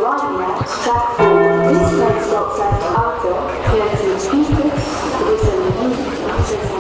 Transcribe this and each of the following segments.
arriving at track 4. This train stops at Arthur, courtesy speakers, with a new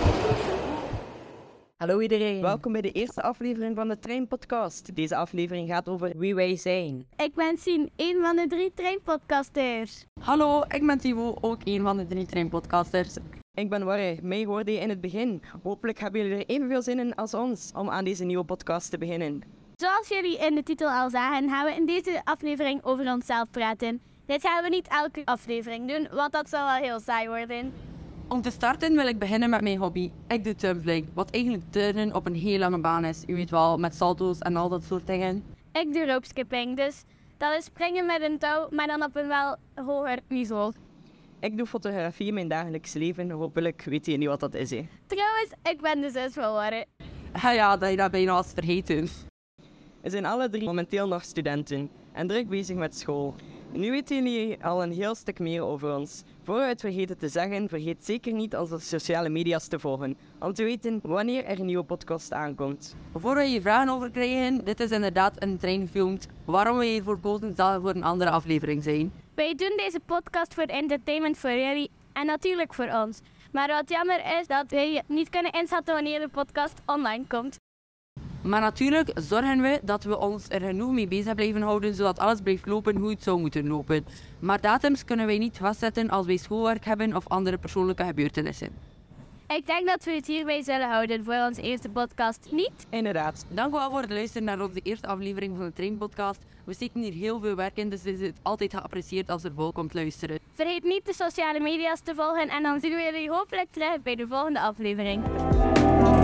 Hallo iedereen, welkom bij de eerste aflevering van de Treinpodcast. Deze aflevering gaat over wie wij zijn. Ik ben Sien, een van de 3 treinpodcasters. Hallo, ik ben Thibaut, ook een van de 3 treinpodcasters. Ik ben Warre, mij hoorde je in het begin. Hopelijk hebben jullie er evenveel zin in als ons om aan deze nieuwe podcast te beginnen. Zoals jullie in de titel al zagen, gaan we in deze aflevering over onszelf praten. Dit gaan we niet elke aflevering doen, want dat zal wel heel saai worden. Om te starten wil ik beginnen met mijn hobby. Ik doe tumbling, wat eigenlijk turnen op een heel lange baan is. U weet wel, met salto's en al dat soort dingen. Ik doe ropeskipping, dus dat is springen met een touw, maar dan op een wel hoger niveau. Ik doe fotografie in mijn dagelijks leven. Hopelijk weet je niet wat dat is. Trouwens, ik ben de zus van Warre. Ja, dat je dat bijna was vergeten. We zijn alle 3 momenteel nog studenten en druk bezig met school. Nu weten jullie al een heel stuk meer over ons. Voor we het vergeten te zeggen, vergeet zeker niet onze sociale media's te volgen, om te weten wanneer er een nieuwe podcast aankomt. Voor we hier vragen over krijgen, dit is inderdaad een trein gefilmd. Waarom we hiervoor kozen, zal voor een andere aflevering zijn. Wij doen deze podcast voor entertainment voor jullie en natuurlijk voor ons. Maar wat jammer is dat wij niet kunnen inschatten wanneer de podcast online komt. Maar natuurlijk zorgen we dat we ons er genoeg mee bezig blijven houden, zodat alles blijft lopen hoe het zou moeten lopen. Maar datums kunnen wij niet vastzetten als wij schoolwerk hebben of andere persoonlijke gebeurtenissen. Ik denk dat we het hierbij zullen houden voor onze eerste podcast, niet? Inderdaad. Dank u wel voor het luisteren naar onze eerste aflevering van de Treinpodcast. We steken hier heel veel werk in, dus het is altijd geapprecieerd als er volk komt luisteren. Vergeet niet de sociale media's te volgen en dan zien we jullie hopelijk terug bij de volgende aflevering.